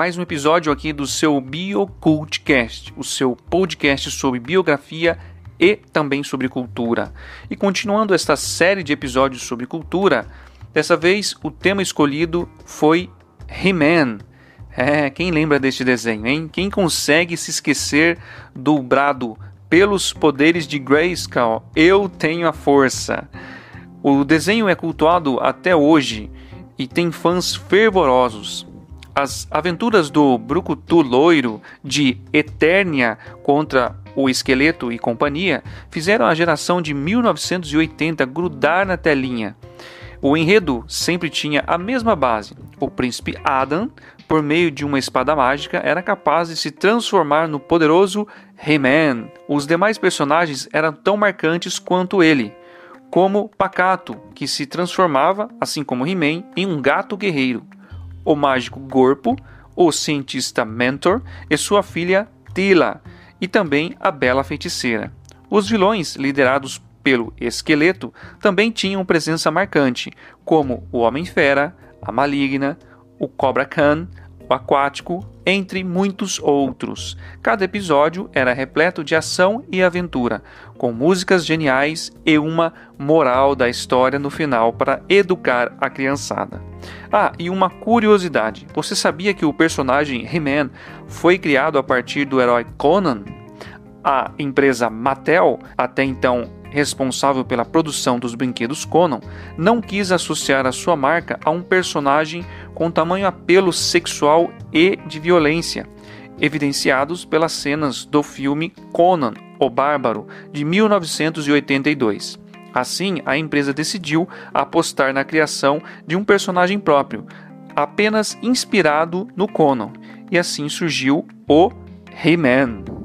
mais um episódio aqui do seu BioCultcast, o seu podcast sobre biografia e também sobre cultura. E continuando esta série de episódios sobre cultura, dessa vez o tema escolhido foi He-Man. Quem lembra deste desenho, hein? Quem consegue se esquecer do brado pelos poderes de Grayskull, eu tenho a força. O desenho é cultuado até hoje e tem fãs fervorosos. As aventuras do Brucutu loiro de Eternia contra o Esqueleto e companhia fizeram a geração de 1980 grudar na telinha. O enredo sempre tinha a mesma base. O príncipe Adam, por meio de uma espada mágica, era capaz de se transformar no poderoso He-Man. Os demais personagens eram tão marcantes quanto ele, como Pacato, que se transformava, assim como He-Man, em um gato guerreiro, o mágico Gorpo, o cientista Mentor e sua filha Teela, e também a Bela Feiticeira. Os vilões, liderados pelo Esqueleto, também tinham presença marcante, como o Homem-Fera, a Maligna, o Cobra Khan, o Aquático, entre muitos outros. Cada episódio era repleto de ação e aventura, com músicas geniais e uma moral da história no final para educar a criançada. E uma curiosidade, você sabia que o personagem He-Man foi criado a partir do herói Conan? A empresa Mattel, até então responsável pela produção dos brinquedos Conan, não quis associar a sua marca a um personagem com tamanho apelo sexual e de violência, evidenciados pelas cenas do filme Conan, o Bárbaro, de 1982. Assim, a empresa decidiu apostar na criação de um personagem próprio, apenas inspirado no Conan, e assim surgiu o He-Man.